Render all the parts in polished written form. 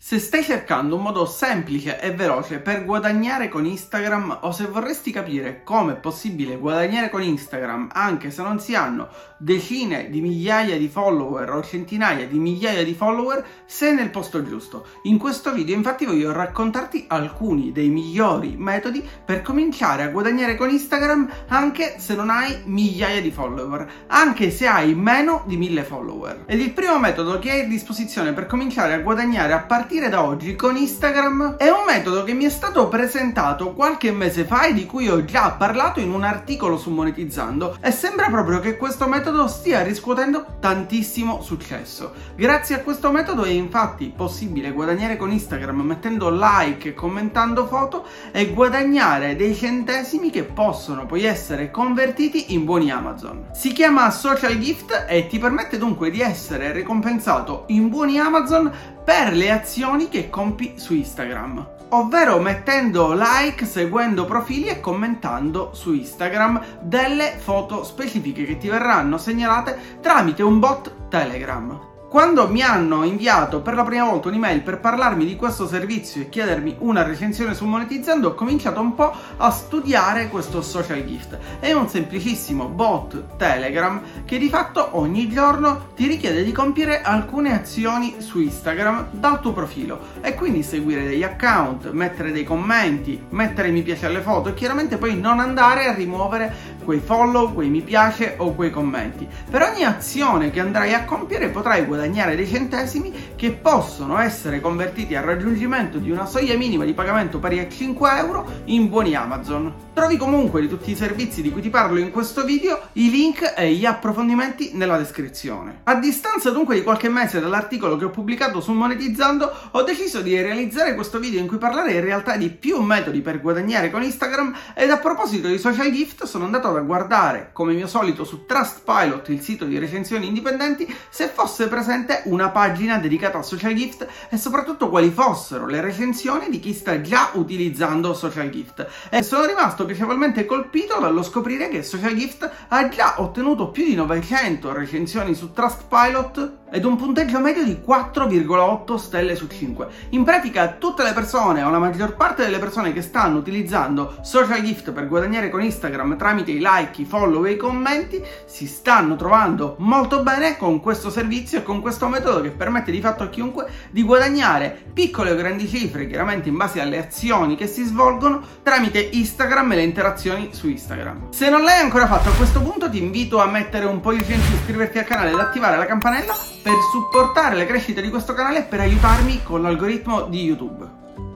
Se stai cercando un modo semplice e veloce per guadagnare con Instagram, o se vorresti capire come è possibile guadagnare con Instagram anche se non si hanno decine di migliaia di follower o centinaia di migliaia di follower, sei nel posto giusto. In questo video infatti voglio raccontarti alcuni dei migliori metodi per cominciare a guadagnare con Instagram anche se non hai migliaia di follower, anche se hai meno di 1000 follower. Ed il primo metodo che hai a disposizione per cominciare a guadagnare a partire da oggi con Instagram è un metodo che mi è stato presentato qualche mese fa e di cui ho già parlato in un articolo su Monetizzando, e sembra proprio che questo metodo stia riscuotendo tantissimo successo. Grazie a questo metodo è infatti possibile guadagnare con Instagram mettendo like e commentando foto e guadagnare dei centesimi che possono poi essere convertiti in buoni Amazon. Si chiama Social Gift e ti permette dunque di essere ricompensato in buoni Amazon per le azioni che compi su Instagram, ovvero mettendo like, seguendo profili e commentando su Instagram delle foto specifiche che ti verranno segnalate tramite un bot Telegram. Quando mi hanno inviato per la prima volta un'email per parlarmi di questo servizio e chiedermi una recensione su Monetizzando, ho cominciato un po' a studiare questo Social Gift. È un semplicissimo bot Telegram che di fatto ogni giorno ti richiede di compiere alcune azioni su Instagram dal tuo profilo e quindi seguire degli account, mettere dei commenti, mettere mi piace alle foto e chiaramente poi non andare a rimuovere quei follow, quei mi piace o quei commenti. Per ogni azione che andrai a compiere potrai guadagnare dei centesimi che possono essere convertiti al raggiungimento di una soglia minima di pagamento pari a 5 euro in buoni Amazon. Trovi comunque di tutti i servizi di cui ti parlo in questo video i link e gli approfondimenti nella descrizione. A distanza dunque di qualche mese dall'articolo che ho pubblicato su Monetizzando, ho deciso di realizzare questo video in cui parlare in realtà di più metodi per guadagnare con Instagram, ed a proposito di Social Gift sono andato a guardare come mio solito su Trustpilot, il sito di recensioni indipendenti, se fosse presente una pagina dedicata a Social Gift e soprattutto quali fossero le recensioni di chi sta già utilizzando Social Gift, e sono rimasto piacevolmente colpito dallo scoprire che Social Gift ha già ottenuto più di 900 recensioni su Trustpilot ed un punteggio medio di 4,8 stelle su 5. In pratica tutte le persone, o la maggior parte delle persone che stanno utilizzando Social Gift per guadagnare con Instagram tramite i like, i follow e i commenti, si stanno trovando molto bene con questo servizio e con questo metodo che permette di fatto a chiunque di guadagnare piccole o grandi cifre, chiaramente in base alle azioni che si svolgono tramite Instagram e le interazioni su Instagram. Se non l'hai ancora fatto a questo punto ti invito a mettere un pollice in su, iscriverti al canale ed attivare la campanella per supportare la crescita di questo canale e per aiutarmi con l'algoritmo di YouTube.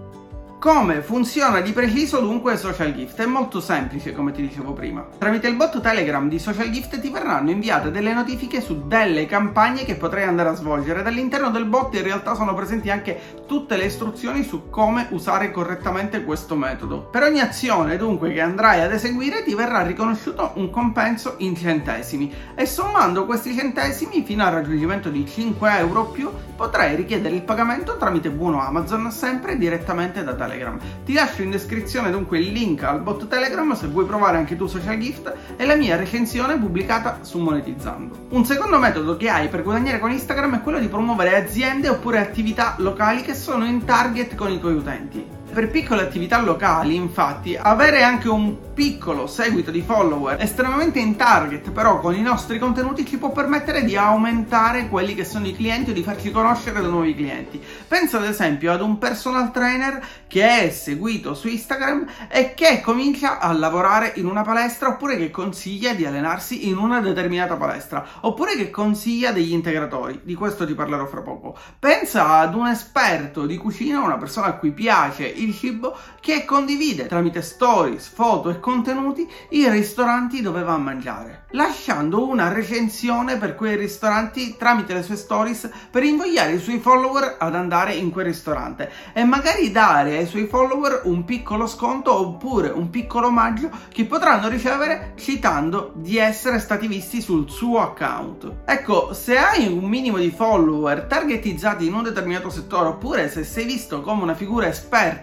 Come funziona di preciso dunque Social Gift? È molto semplice, come ti dicevo prima. Tramite il bot Telegram di Social Gift ti verranno inviate delle notifiche su delle campagne che potrai andare a svolgere. All'interno del bot in realtà sono presenti anche tutte le istruzioni su come usare correttamente questo metodo. Per ogni azione dunque che andrai ad eseguire ti verrà riconosciuto un compenso in centesimi e sommando questi centesimi fino al raggiungimento di 5 euro più potrai richiedere il pagamento tramite buono Amazon sempre direttamente da Telegram. Ti lascio in descrizione dunque il link al bot Telegram se vuoi provare anche tu Social Gift e la mia recensione pubblicata su Monetizzando. Un secondo metodo che hai per guadagnare con Instagram è quello di promuovere aziende oppure attività locali che sono in target con i tuoi utenti. Per piccole attività locali, infatti, avere anche un piccolo seguito di follower estremamente in target però con i nostri contenuti ci può permettere di aumentare quelli che sono i clienti o di farci conoscere da nuovi clienti. Pensa ad esempio ad un personal trainer che è seguito su Instagram e che comincia a lavorare in una palestra, oppure che consiglia di allenarsi in una determinata palestra, oppure che consiglia degli integratori. Di questo ti parlerò fra poco. Pensa ad un esperto di cucina, una persona a cui piace il cibo, che condivide tramite stories, foto e contenuti i ristoranti dove va a mangiare, lasciando una recensione per quei ristoranti tramite le sue stories per invogliare i suoi follower ad andare in quel ristorante e magari dare ai suoi follower un piccolo sconto oppure un piccolo omaggio che potranno ricevere citando di essere stati visti sul suo account. Ecco, se hai un minimo di follower targetizzati in un determinato settore, oppure se sei visto come una figura esperta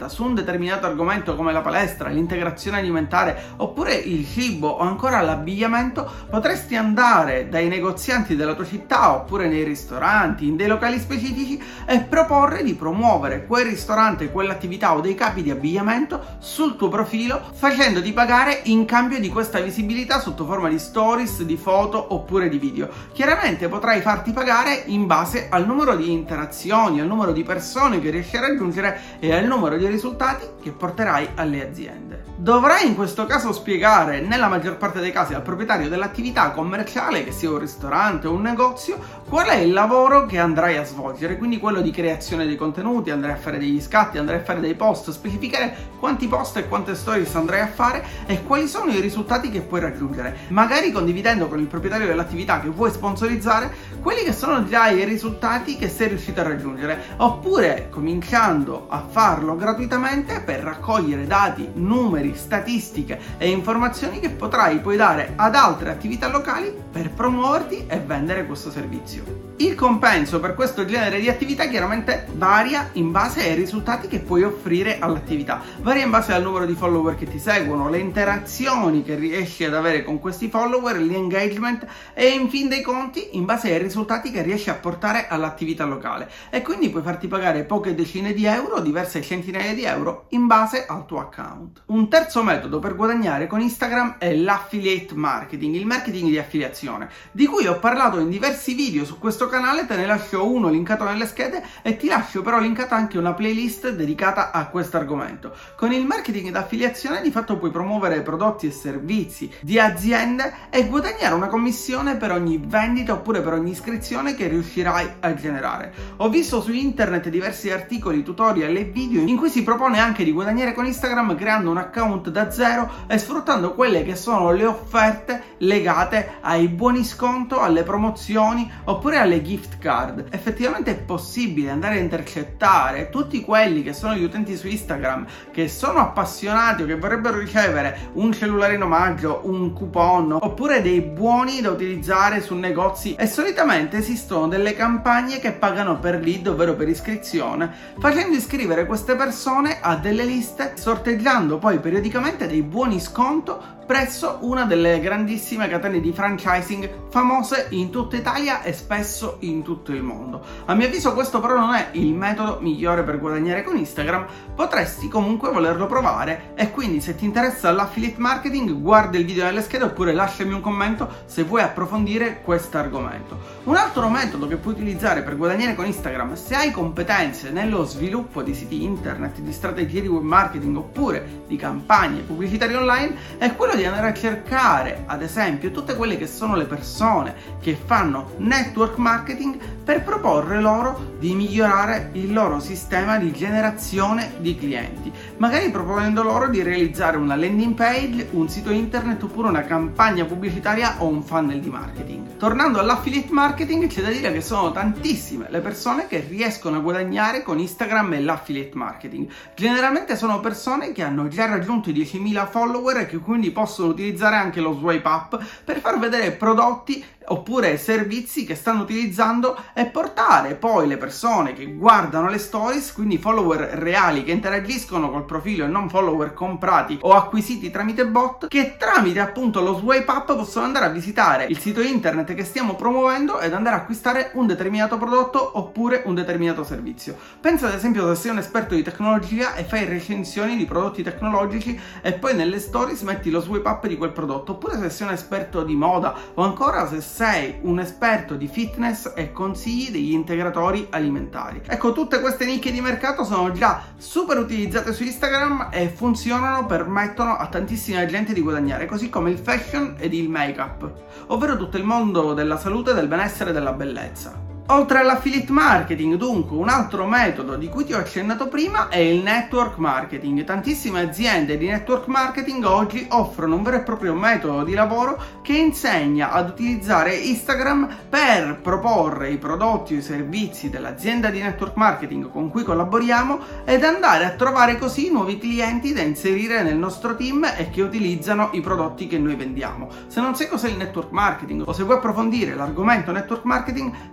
diretta su un determinato argomento come la palestra, l'integrazione alimentare oppure il cibo o ancora l'abbigliamento, potresti andare dai negozianti della tua città oppure nei ristoranti, in dei locali specifici e proporre di promuovere quel ristorante, quell'attività o dei capi di abbigliamento sul tuo profilo, facendoti pagare in cambio di questa visibilità sotto forma di stories, di foto oppure di video. Chiaramente potrai farti pagare in base al numero di interazioni, al numero di persone che riesci a raggiungere e al numero di risultati che porterai alle aziende. Dovrai in questo caso spiegare, nella maggior parte dei casi, al proprietario dell'attività commerciale, che sia un ristorante o un negozio, qual è il lavoro che andrai a svolgere, quindi quello di creazione dei contenuti, andrai a fare degli scatti, andrai a fare dei post, specificare quanti post e quante stories andrai a fare e quali sono i risultati che puoi raggiungere, magari condividendo con il proprietario dell'attività che vuoi sponsorizzare quelli che sono già i risultati che sei riuscito a raggiungere, oppure cominciando a farlo gratuitamente per raccogliere dati, numeri, statistiche e informazioni che potrai poi dare ad altre attività locali per promuoverti e vendere questo servizio. Il compenso per questo genere di attività chiaramente varia in base ai risultati che puoi offrire all'attività, varia in base al numero di follower che ti seguono, le interazioni che riesci ad avere con questi follower, l'engagement e in fin dei conti in base ai risultati che riesci a portare all'attività locale, e quindi puoi farti pagare poche decine di euro, diverse centinaia di euro in base al tuo account. Un terzo metodo per guadagnare con Instagram è l'affiliate marketing, il marketing di affiliazione, di cui ho parlato in diversi video su questo canale. Te ne lascio uno linkato nelle schede e ti lascio però linkata anche una playlist dedicata a questo argomento. Con il marketing d'affiliazione di fatto puoi promuovere prodotti e servizi di aziende e guadagnare una commissione per ogni vendita oppure per ogni iscrizione che riuscirai a generare. Ho visto su internet diversi articoli, tutorial e video in cui si propone anche di guadagnare con Instagram creando un account da zero e sfruttando quelle che sono le offerte legate ai buoni sconto, alle promozioni oppure alle gift card. Effettivamente è possibile andare a intercettare tutti quelli che sono gli utenti su Instagram che sono appassionati o che vorrebbero ricevere un cellulare in omaggio, un coupon oppure dei buoni da utilizzare su negozi, e solitamente esistono delle campagne che pagano per lead, ovvero per iscrizione, facendo iscrivere queste persone a delle liste, sorteggiando poi periodicamente dei buoni sconto presso una delle grandissime catene di franchising famose in tutta Italia e spesso in tutto il mondo. A mio avviso questo però non è il metodo migliore per guadagnare con Instagram, potresti comunque volerlo provare, e quindi se ti interessa l'affiliate marketing guarda il video nelle schede oppure lasciami un commento se vuoi approfondire questo argomento. Un altro metodo che puoi utilizzare per guadagnare con Instagram, se hai competenze nello sviluppo di siti internet, di strategie di web marketing oppure di campagne pubblicitarie online, è quello di andare a cercare ad esempio tutte quelle che sono le persone che fanno network marketing per proporre loro di migliorare il loro sistema di generazione di clienti, magari proponendo loro di realizzare una landing page, un sito internet oppure una campagna pubblicitaria o un funnel di marketing. Tornando all'affiliate marketing, c'è da dire che sono tantissime le persone che riescono a guadagnare con Instagram e l'affiliate marketing. Generalmente sono persone che hanno già raggiunto i 10.000 follower e che quindi possono utilizzare anche lo swipe up per far vedere prodotti oppure servizi che stanno utilizzando e portare poi le persone che guardano le stories, quindi follower reali che interagiscono col profilo e non follower comprati o acquisiti tramite bot, che tramite appunto lo swipe up possono andare a visitare il sito internet che stiamo promuovendo ed andare a acquistare un determinato prodotto oppure un determinato servizio. Pensa ad esempio se sei un esperto di tecnologia e fai recensioni di prodotti tecnologici e poi nelle stories metti lo swipe up di quel prodotto, oppure se sei un esperto di moda o ancora se sei un esperto di fitness e consigli degli integratori alimentari. Ecco, tutte queste nicchie di mercato sono già super utilizzate su Instagram e funzionano, permettono a tantissima gente di guadagnare, così come il fashion ed il make-up, ovvero tutto il mondo della salute, del benessere e della bellezza. Oltre all'affiliate marketing, dunque, un altro metodo di cui ti ho accennato prima è il network marketing. Tantissime aziende di network marketing oggi offrono un vero e proprio metodo di lavoro che insegna ad utilizzare Instagram per proporre i prodotti o i servizi dell'azienda di network marketing con cui collaboriamo ed andare a trovare così nuovi clienti da inserire nel nostro team e che utilizzano i prodotti che noi vendiamo. Se non sai cos'è il network marketing o se vuoi approfondire l'argomento network marketing, ti lascio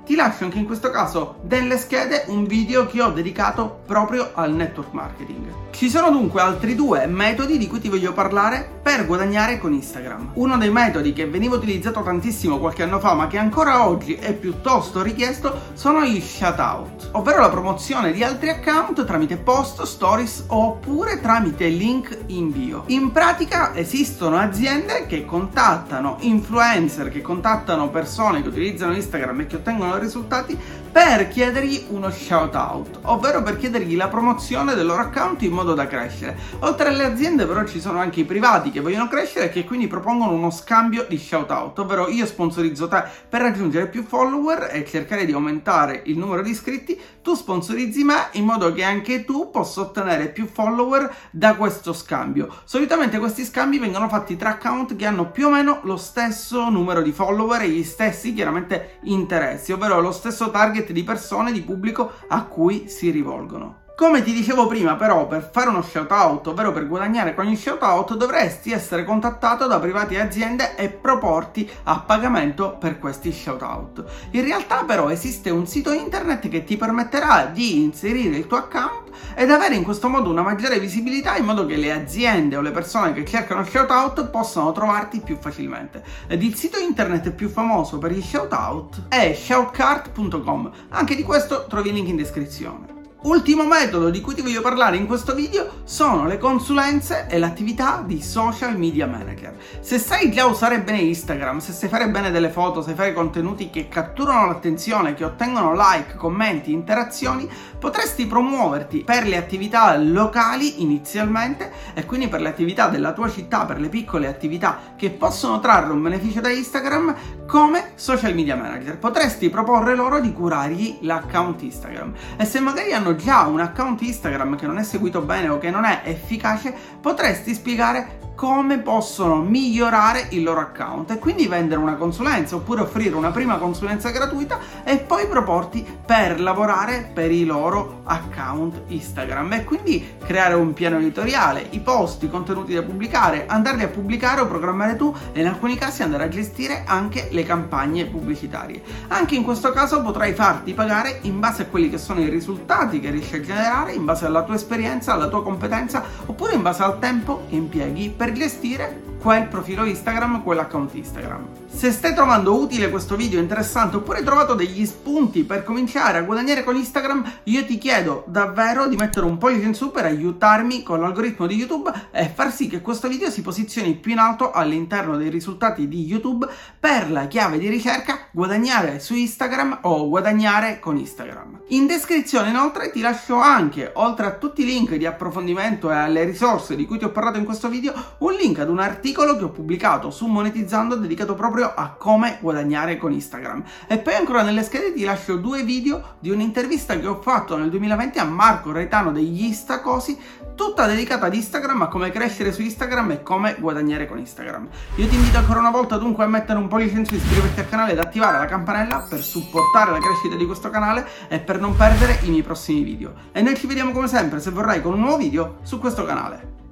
lascio anche in questo caso nelle schede un video che ho dedicato proprio al network marketing. Ci sono dunque altri due metodi di cui ti voglio parlare per guadagnare con Instagram. Uno dei metodi che veniva utilizzato tantissimo qualche anno fa, ma che ancora oggi è piuttosto richiesto, sono gli shoutout, ovvero la promozione di altri account tramite post, stories oppure tramite link in bio. In pratica esistono aziende che contattano influencer, che contattano persone che utilizzano Instagram e che ottengono risultati per chiedergli uno shoutout, ovvero per chiedergli la promozione del loro account in modo da crescere. Oltre alle aziende però ci sono anche i privati che vogliono crescere e che quindi propongono uno scambio di shoutout, ovvero io sponsorizzo te per raggiungere più follower e cercare di aumentare il numero di iscritti, tu sponsorizzi me in modo che anche tu possa ottenere più follower da questo scambio. Solitamente questi scambi vengono fatti tra account che hanno più o meno lo stesso numero di follower e gli stessi chiaramente interessi, ovvero lo stesso target di persone, di pubblico a cui si rivolgono. Come ti dicevo prima però, per fare uno shoutout, ovvero per guadagnare con gli shoutout, dovresti essere contattato da privati e aziende e proporti a pagamento per questi shoutout. In realtà però esiste un sito internet che ti permetterà di inserire il tuo account ed avere in questo modo una maggiore visibilità, in modo che le aziende o le persone che cercano shoutout possano trovarti più facilmente. Ed il sito internet più famoso per gli shoutout è shoutcart.com. Anche di questo trovi il link in descrizione. Ultimo metodo di cui ti voglio parlare in questo video sono le consulenze e l'attività di social media manager. Se sai già usare bene Instagram, se sai fare bene delle foto, sai fare contenuti che catturano l'attenzione, che ottengono like, commenti, interazioni, potresti promuoverti per le attività locali inizialmente e quindi per le attività della tua città, per le piccole attività che possono trarre un beneficio da Instagram come social media manager. Potresti proporre loro di curargli l'account Instagram e se magari hanno già un account Instagram che non è seguito bene o che non è efficace, potresti spiegare come possono migliorare il loro account e quindi vendere una consulenza oppure offrire una prima consulenza gratuita e poi proporti per lavorare per i loro account Instagram e quindi creare un piano editoriale, i post, i contenuti da pubblicare, andarli a pubblicare o programmare tu e in alcuni casi andare a gestire anche le campagne pubblicitarie. Anche in questo caso potrai farti pagare in base a quelli che sono i risultati che riesci a generare, in base alla tua esperienza, alla tua competenza oppure in base al tempo che impieghi per gestire quel profilo Instagram, quell'account Instagram. Se stai trovando utile questo video, interessante, oppure hai trovato degli spunti per cominciare a guadagnare con Instagram, io ti chiedo davvero di mettere un pollice in su per aiutarmi con l'algoritmo di YouTube e far sì che questo video si posizioni più in alto all'interno dei risultati di YouTube per la chiave di ricerca guadagnare su Instagram o guadagnare con Instagram. In descrizione inoltre ti lascio anche, oltre a tutti i link di approfondimento e alle risorse di cui ti ho parlato in questo video, un link ad un articolo che ho pubblicato su Monetizzando dedicato proprio a come guadagnare con Instagram. E poi ancora nelle schede ti lascio due video di un'intervista che ho fatto nel 2020 a Marco Reitano degli Instacosi, tutta dedicata ad Instagram, a come crescere su Instagram e come guadagnare con Instagram. Io ti invito ancora una volta dunque a mettere un pollice in su, iscriverti al canale ed attivare la campanella per supportare la crescita di questo canale e per non perdere i miei prossimi video. E noi ci vediamo come sempre, se vorrai, con un nuovo video su questo canale.